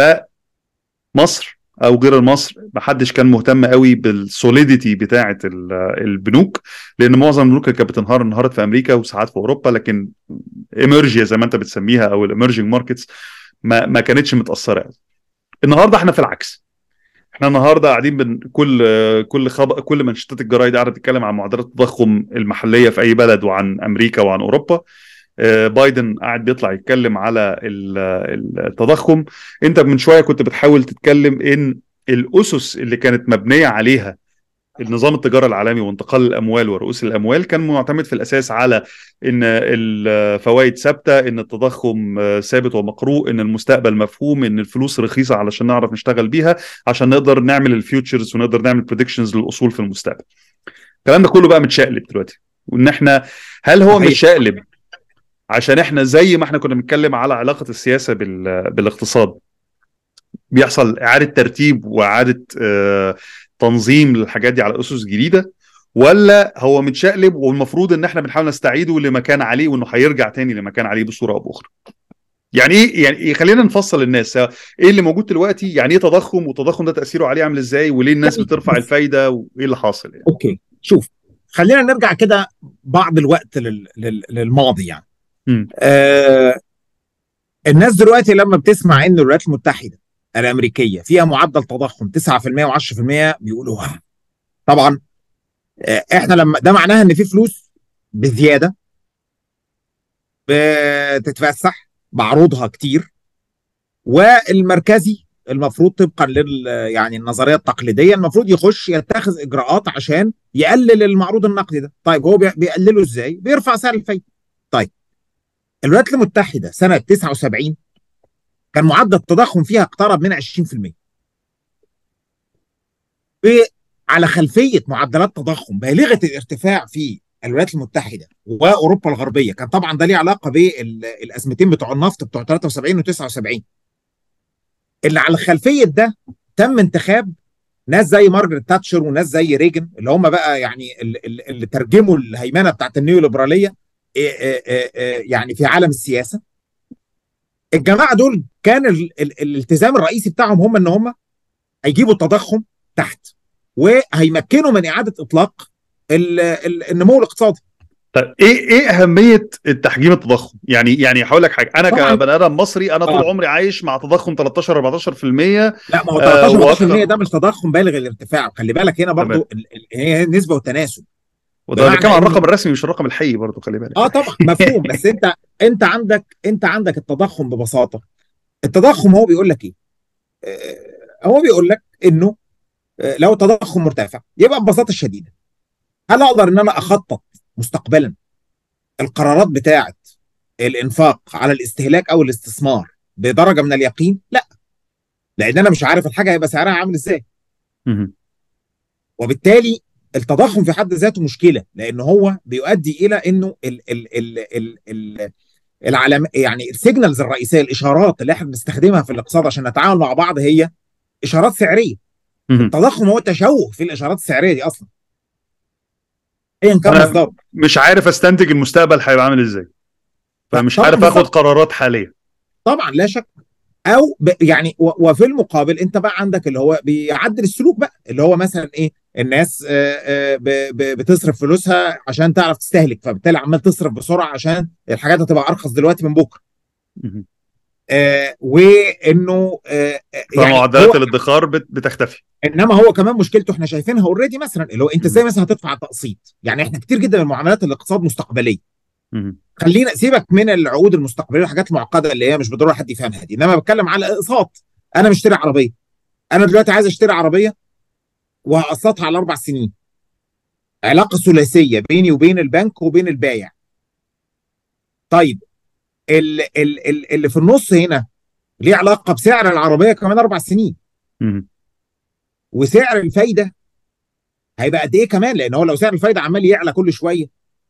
فمصر او غير مصر ما حدش كان مهتم قوي بالسوليديتي بتاعه البنوك، لان معظم البنوك اللي كانت بتنهار انهارت في امريكا وساعات في اوروبا، لكن ايمرجيا زي ما انت بتسميها او الامرجنج ماركتس ما كانتش متاثره. النهارده احنا في العكس. احنا النهارده قاعدين كل منشطات الجرايد قاعده تتكلم عن معدلات التضخم المحليه في اي بلد، وعن امريكا وعن اوروبا. بايدن قاعد بيطلع يتكلم على التضخم. انت من شويه كنت بتحاول تتكلم ان الاسس اللي كانت مبنيه عليها النظام التجاري العالمي وانتقال الاموال ورؤوس الاموال كان معتمد في الاساس على ان الفوائد ثابته، ان التضخم ثابت ومقروء، ان المستقبل مفهوم، ان الفلوس رخيصه علشان نعرف نشتغل بيها عشان نقدر نعمل الفيوتشرز ونقدر نعمل بريدكشنز للاصول في المستقبل. الكلام ده كله بقى متشقلب دلوقتي، وان احنا هل هو صحيح. متشقلب عشان احنا زي ما احنا كنا بنتكلم على علاقه السياسه بالاقتصاد بيحصل اعاده ترتيب واعاده تنظيم للحاجات دي على اسس جديده، ولا هو متشقلب والمفروض ان احنا بنحاول نستعيده لما كان عليه وانه هيرجع تاني لما كان عليه بصوره او باخرى؟ يعني ايه يعني إيه؟ خلينا نفصل للناس ايه اللي موجود دلوقتي، يعني ايه تضخم، والتضخم ده تاثيره عليه عامل ازاي، وليه الناس يعني بترفع بس الفايده، وايه اللي حاصل يعني. اوكي، شوف، خلينا نرجع كده بعض الوقت للماضي يعني. امم آه الناس دلوقتي لما بتسمع ان الولايات المتحده الامريكيه فيها معدل تضخم 9% و10% بيقولوا طبعا. احنا لما ده معناها ان في فلوس بزياده بتتفسح بعروضها كتير، والمركزي المفروض طبقا يعني النظريه التقليديه المفروض يخش يتخذ اجراءات عشان يقلل المعروض النقدي ده. طيب هو بيقلله ازاي؟ بيرفع سعر الفايده. طيب الولايات المتحده سنه 79 كان معدل التضخم فيها اقترب من 20%، على خلفيه معدلات تضخم بالغه الارتفاع في الولايات المتحده واوروبا الغربيه. كان طبعا ده ليه علاقه بالازمتين بتوع النفط بتوع 73 و79، اللي على خلفيه ده تم انتخاب ناس زي مارجريت تاتشر وناس زي ريجن اللي هم بقى يعني اللي ترجموا الهيمنه بتاعت النيوليبراليه يعني في عالم السياسه. الجماعه دول كان الالتزام الرئيسي بتاعهم هم ان هم هيجيبوا التضخم تحت، وهيمكنوا من اعاده اطلاق النمو الاقتصادي. طيب ايه اهميه التحجيم التضخم؟ يعني هقول لك حاجه، انا طبعا كبني ادم مصري انا طول عمري عايش مع تضخم 13 14%. لا، ما هو 13 14% واكتر. ده مش تضخم بالغ الارتفاع، خلي بالك هنا تمام. برضو هي نسبه وتناسب. وده بتكلم بمعنى عن الرقم انه الرسمي مش الرقم الحقيقي برضه، خلي بالك. طبعا مفهوم، بس انت عندك التضخم ببساطه. التضخم هو بيقول لك ايه؟ هو بيقول لك انه لو التضخم مرتفع يبقى ببساطه شديده، هل اقدر ان انا اخطط مستقبلا القرارات بتاعه الانفاق على الاستهلاك او الاستثمار بدرجه من اليقين؟ لا، لان انا مش عارف الحاجه هيبقى سعرها عامل ازاي. مهم. وبالتالي التضخم في حد ذاته مشكله، لان هو بيؤدي الى انه ال العلم يعني السيجنالز الرئيسيه، الاشارات اللي احنا بنستخدمها في الاقتصاد عشان نتعامل مع بعض هي اشارات سعريه. مهم. التضخم هو تشوه في الاشارات السعريه دي اصلا ايا كان انا مصدره. مش عارف استنتج المستقبل هيبقى عامل ازاي، فمش طبعا عارف اخد بالظبط، قرارات حاليه. طبعا لا شك. او يعني وفي المقابل انت بقى عندك اللي هو بيعدل السلوك بقى، اللي هو مثلا ايه، الناس بتصرف فلوسها عشان تعرف تستهلك، فبالتالي عمال تصرف بسرعه عشان الحاجات هتبقى ارخص دلوقتي من بكره. مهم. وانه يعني فمعدلات هو، الادخار بتختفي. انما هو كمان مشكلته احنا شايفينها اوريدي، مثلا اللي هو انت ازاي مهم. مثلا هتدفع تقسيط؟ يعني احنا كتير جدا من معاملات الاقتصاد مستقبليه. مهم. خلينا سيبك من العقود المستقبليه والحاجات المعقده اللي هي مش بالضروره حد يفهمها دي، انما بتكلم على اقساط. انا مشتري عربيه، انا دلوقتي عايز اشتري عربيه وهقسطها على 4 سنين، علاقه ثلاثيه بيني وبين البنك وبين البايع. طيب اللي في النص هنا ليه علاقه بسعر العربيه كمان 4 سنين، مهم. وسعر الفايده هيبقى قد ايه كمان، لان هو لو سعر الفايده عمال يعلى كل شويه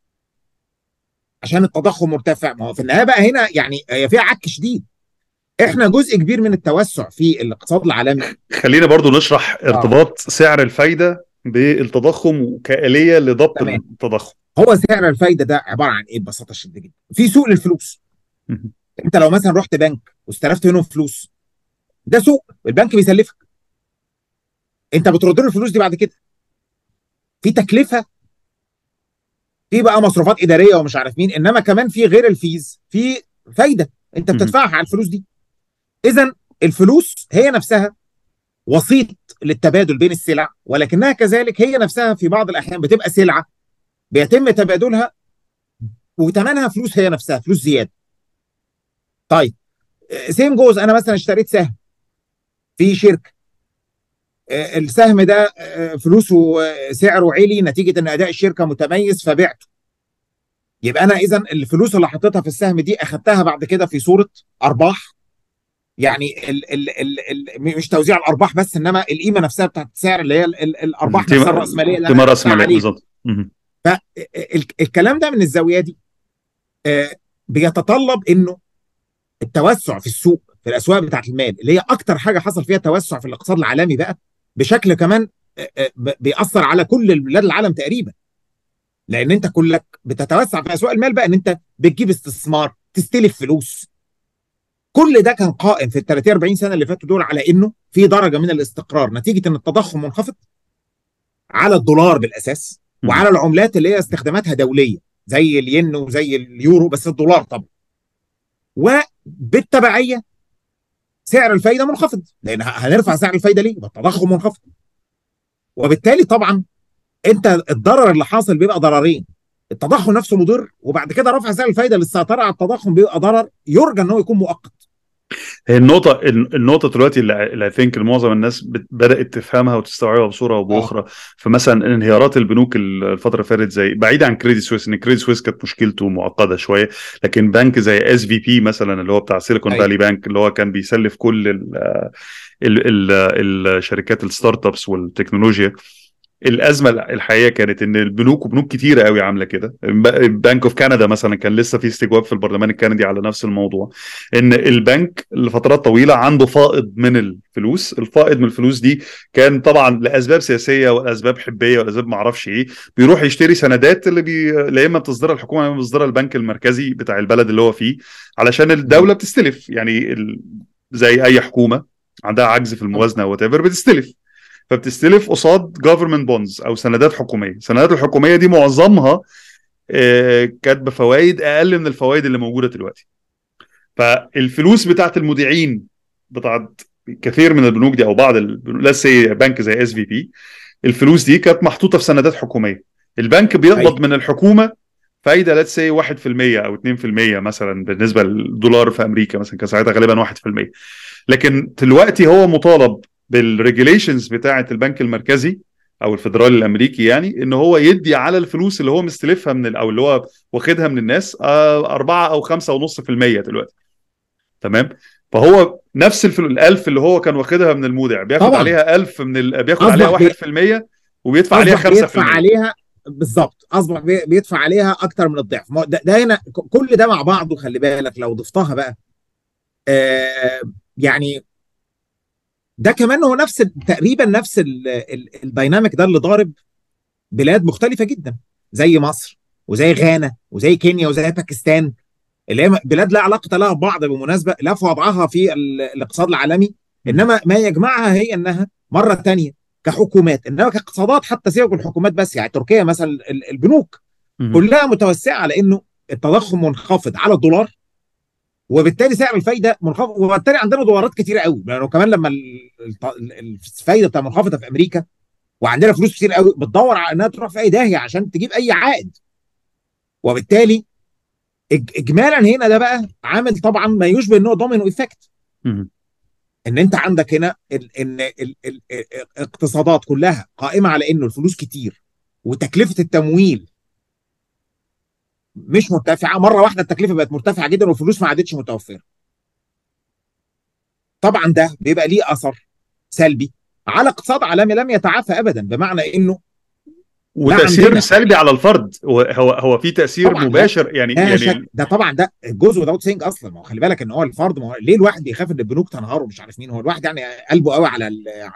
عشان التضخم مرتفع، ما هو في النهايه بقى هنا يعني هي فيها عك شديد. احنا جزء كبير من التوسع في الاقتصاد العالمي. خلينا برضو نشرح اه ارتباط سعر الفايده بالتضخم كآلية لضبط تمام. التضخم. هو سعر الفايده ده عباره عن ايه ببساطه شديده جدا؟ في سوق للفلوس. مهم. انت لو مثلا رحت بنك واستلفت منهم فلوس، ده سوق، البنك بيسلفك، انت بترد له الفلوس دي بعد كده، في تكلفه، في بقى مصروفات اداريه ومش عارف مين، انما كمان في غير الفيز في فايده انت مهم. بتدفعها على الفلوس دي. اذا الفلوس هي نفسها وسيط للتبادل بين السلع، ولكنها كذلك هي نفسها في بعض الاحيان بتبقى سلعه بيتم تبادلها وثمنها فلوس، هي نفسها فلوس زياده. طيب سيم جوز، انا مثلا اشتريت سهم في شركه، السهم ده فلوسه سعره عالي نتيجه ان اداء الشركه متميز فبعته. يبقى انا اذا الفلوس اللي حطيتها في السهم دي اخذتها بعد كده في صوره ارباح، يعني مش توزيع الارباح بس، انما القيمه نفسها بتاعت السعر اللي هي الارباح نفسها الراسماليه اللي انا قيمه راس اخذتها ماليه عليها. بالظبط. مهم. فالكلام ده من الزاويه دي بيتطلب انه التوسع في السوق، في الاسواق بتاعت المال اللي هي اكتر حاجه حصل فيها توسع في الاقتصاد العالمي بقى بشكل كمان بيأثر على كل بلاد العالم تقريبا، لان انت كلك بتتوسع في اسواق المال بقى، ان انت بتجيب استثمار، تستلف فلوس. كل ده كان قائم في ال 30 40 سنه اللي فاتوا دول على انه في درجه من الاستقرار نتيجه ان التضخم منخفض على الدولار بالاساس، مهم. وعلى العملات اللي هي استخداماتها دوليه زي الين وزي اليورو، بس الدولار طبعا. وبالتبعيه سعر الفايده منخفض، لان هنرفع سعر الفايده ليه؟ يبقى التضخم منخفض. وبالتالي طبعا انت الضرر اللي حاصل بيبقى ضررين، التضخم نفسه مضر، وبعد كده رفع سعر الفايده للسيطره على التضخم بيبقى ضرر يرجى ان هو يكون مؤقت. هي النقطة دلوقتي اللي I think معظم الناس بدأت تفهمها وتستوعبها بصورة أو بأخرى. فمثلا انهيارات البنوك الفترة اللي فاتت، زي بعيد عن كريدي سويس، إن كريدي سويس كانت مشكلته معقدة شوية، لكن بنك زي SVP مثلا اللي هو بتاع سيليكون ايوه فالي بانك، اللي هو كان بيسلف كل الشركات الستارت ابس والتكنولوجيا، الازمه الحقيقيه كانت ان البنوك وبنوك كتيره قوي عامله كده. بنك اوف كندا مثلا كان لسه في استجواب في البرلمان الكندي على نفس الموضوع، ان البنك لفترات طويله عنده فائض من الفلوس. الفائض من الفلوس دي كان طبعا لاسباب سياسيه والاسباب حبيه والاسباب ما اعرفش ايه، بيروح يشتري سندات لا اما بتصدرها الحكومه لا اما بتصدرها البنك المركزي بتاع البلد اللي هو فيه، علشان الدوله بتستلف يعني زي اي حكومه عندها عجز في الموازنه وات ايفر بتستلف، فبتستلف قصاد government bonds او سندات حكوميه. السندات الحكوميه دي معظمها كانت بفوائد اقل من الفوائد اللي موجوده دلوقتي. فالفلوس بتاعت المودعين بتاعت كثير من البنوك دي او بعض البنوك، لا سي بنك زي اس في بي، الفلوس دي كانت محطوطه في سندات حكوميه. البنك بيقبض من الحكومه فايده لا سي 1% او 2% مثلا، بالنسبه للدولار في امريكا مثلا كان ساعتها غالبا 1%. لكن دلوقتي هو مطالب بالريجيليشنز بتاعه البنك المركزي او الفدرالي الامريكي، يعني ان هو يدي على الفلوس اللي هو مستلفها او اللي هو واخدها من الناس 4 او 5.5% دلوقتي. تمام. فهو نفس ال1000 اللي هو كان واخدها من المودع بياخد طبعا عليها 1000 بياخد عليها 1% وبيدفع عليها 5%. بيدفع عليها بالظبط، اصبح بيدفع عليها اكتر من الضعف. ده هنا كل ده مع بعضه، خلي بالك لو ضفتها بقى يعني ده كمان هو تقريبا نفس الديناميك ده اللي ضارب بلاد مختلفه جدا زي مصر وزي غانا وزي كينيا وزي باكستان، اللي هي بلاد لا علاقه لها ببعض بالمناسبه، لا في وضعها في الاقتصاد العالمي، انما ما يجمعها هي انها مره ثانيه كحكومات، انما كاقتصادات حتى سيبك من الحكومات بس. يعني تركيا مثلا البنوك كلها متوسعه على انه التضخم منخفض على الدولار، وبالتالي سعر الفايده منخفض، وبالتالي عندنا دولارات كتيره قوي، لانه كمان لما الفايده بتبقى منخفضه في امريكا وعندنا فلوس كتير قوي بتدور على انها تروح في اي داهيه عشان تجيب اي عائد، وبالتالي اجمالا هنا ده بقى عامل طبعا ما يشبه ان هو دومينو ايفكت، ان انت عندك هنا ان الاقتصادات كلها قائمه على انه الفلوس كتير وتكلفه التمويل مش مرتفعه، مره واحده التكلفه بقت مرتفعه جدا والفلوس ما عادتش متوفره. طبعا ده بيبقى ليه اثر سلبي على اقتصاد عالمي لم يتعافى ابدا، بمعنى انه وتاثير سلبي على الفرد. هو في تاثير مباشر يعني ده طبعا ده جزء وداوت سينج اصلا. ما هو خلي بالك ان هو الفرد، ما هو ليه الواحد بيخاف ان البنوك تنهار ومش عارف مين، هو الواحد يعني قلبه قوي على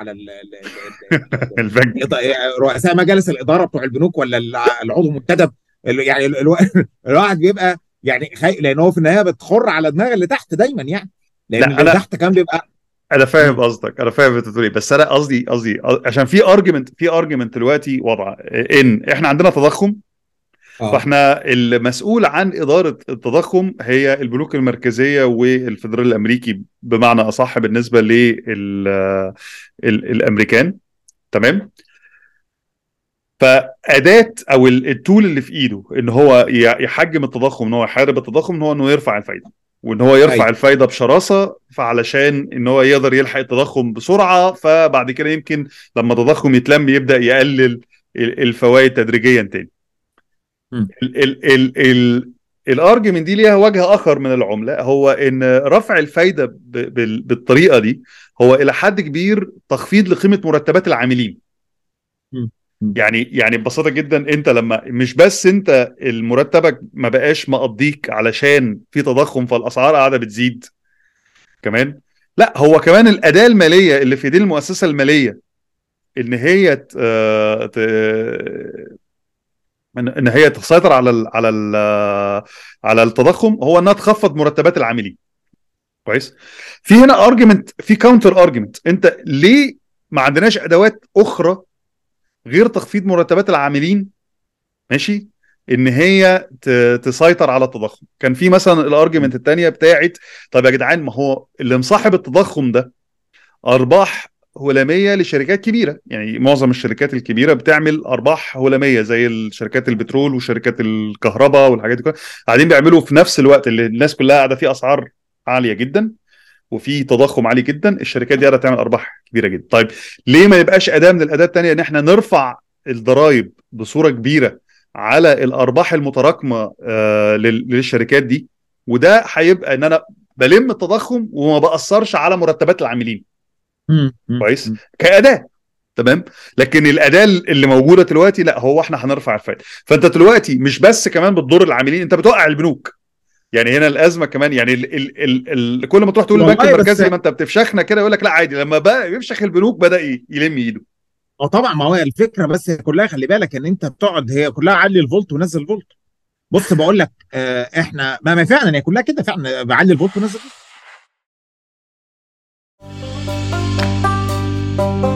البنك، رؤساء مجالس الاداره بتوع البنوك ولا العضو المنتدب، يعني الواحد بيبقى يعني لان هو في النهايه بتخر على دماغ اللي تحت دايما، يعني لان اللي تحت كان بيبقى. انا فاهم قصدك، انا فاهم انت بتقول ايه، بس انا قصدي عشان في ارجيومنت دلوقتي وضع ان احنا عندنا تضخم، فاحنا المسؤول عن اداره التضخم هي البنوك المركزيه والفدرالي الامريكي بمعنى اصح بالنسبه للامريكان. تمام. فاداه او التول اللي في ايده ان هو يحجم التضخم، ان هو يحارب التضخم، ان هو انه يرفع الفايده، وان هو يرفع الفايده بشراسه، فعلشان ان هو يقدر يلحق التضخم بسرعه، فبعد كده يمكن لما التضخم يتلم يبدا يقلل الفوائد تدريجيا تاني. الارجيومنت دي ليها وجه اخر من العمله، هو ان رفع الفايده بالطريقه دي هو الى حد كبير تخفيض لقيمه مرتبات العاملين. يعني ببساطه جدا، انت لما مش بس انت المرتبك ما بقاش مقضيك علشان في تضخم فالاسعار قاعده بتزيد كمان، لا هو كمان الاداه الماليه اللي في ايدين المؤسسه الماليه ان هي ان هي تسيطر على التضخم، هو انها تخفض مرتبات العاملين. كويس. في هنا ارجيومنت، في كاونتر ارجيومنت، انت ليه ما عندناش ادوات اخرى غير تخفيض مرتبات العاملين، ماشي، ان هي تسيطر على التضخم؟ كان في مثلا الارجيومنت الثانيه بتاعت طب يا جدعان، ما هو اللي مصاحب التضخم ده ارباح هلاميه لشركات كبيره، يعني معظم الشركات الكبيره بتعمل ارباح هلاميه زي الشركات البترول وشركات الكهرباء والحاجات دي كلها، قاعدين بيعملوا في نفس الوقت اللي الناس كلها قاعده فيه اسعار عاليه جدا وفي تضخم عالي جدا، الشركات دي قاعده تعمل ارباح كبيره جدا. طيب ليه ما يبقاش اداه من الاداه الثانيه ان احنا نرفع الضرائب بصوره كبيره على الارباح المتراكمه للشركات دي، وده هيبقى ان انا بلم التضخم وما باثرش على مرتبات العاملين. كويس كأداة. تمام. لكن الاداه اللي موجوده دلوقتي لا، هو احنا هنرفع الفائده. فانت دلوقتي مش بس كمان بتضر العاملين، انت بتوقع البنوك. يعني هنا الازمه كمان، يعني كل ما تروح تقول البنك والله بس المركزي ما انت بتفشخنا كده، يقول لك لا عادي. لما بقى يفشخ البنوك بدا يلم ايده. طبعا، ما هو الفكره بس كلها، خلي بالك ان انت بتقعد، هي كلها علي الفولت ونزل الفولت. بص بقول لك احنا ما فعلا هي كلها كده فعلا، بعلي الفولت ونزل الفولت.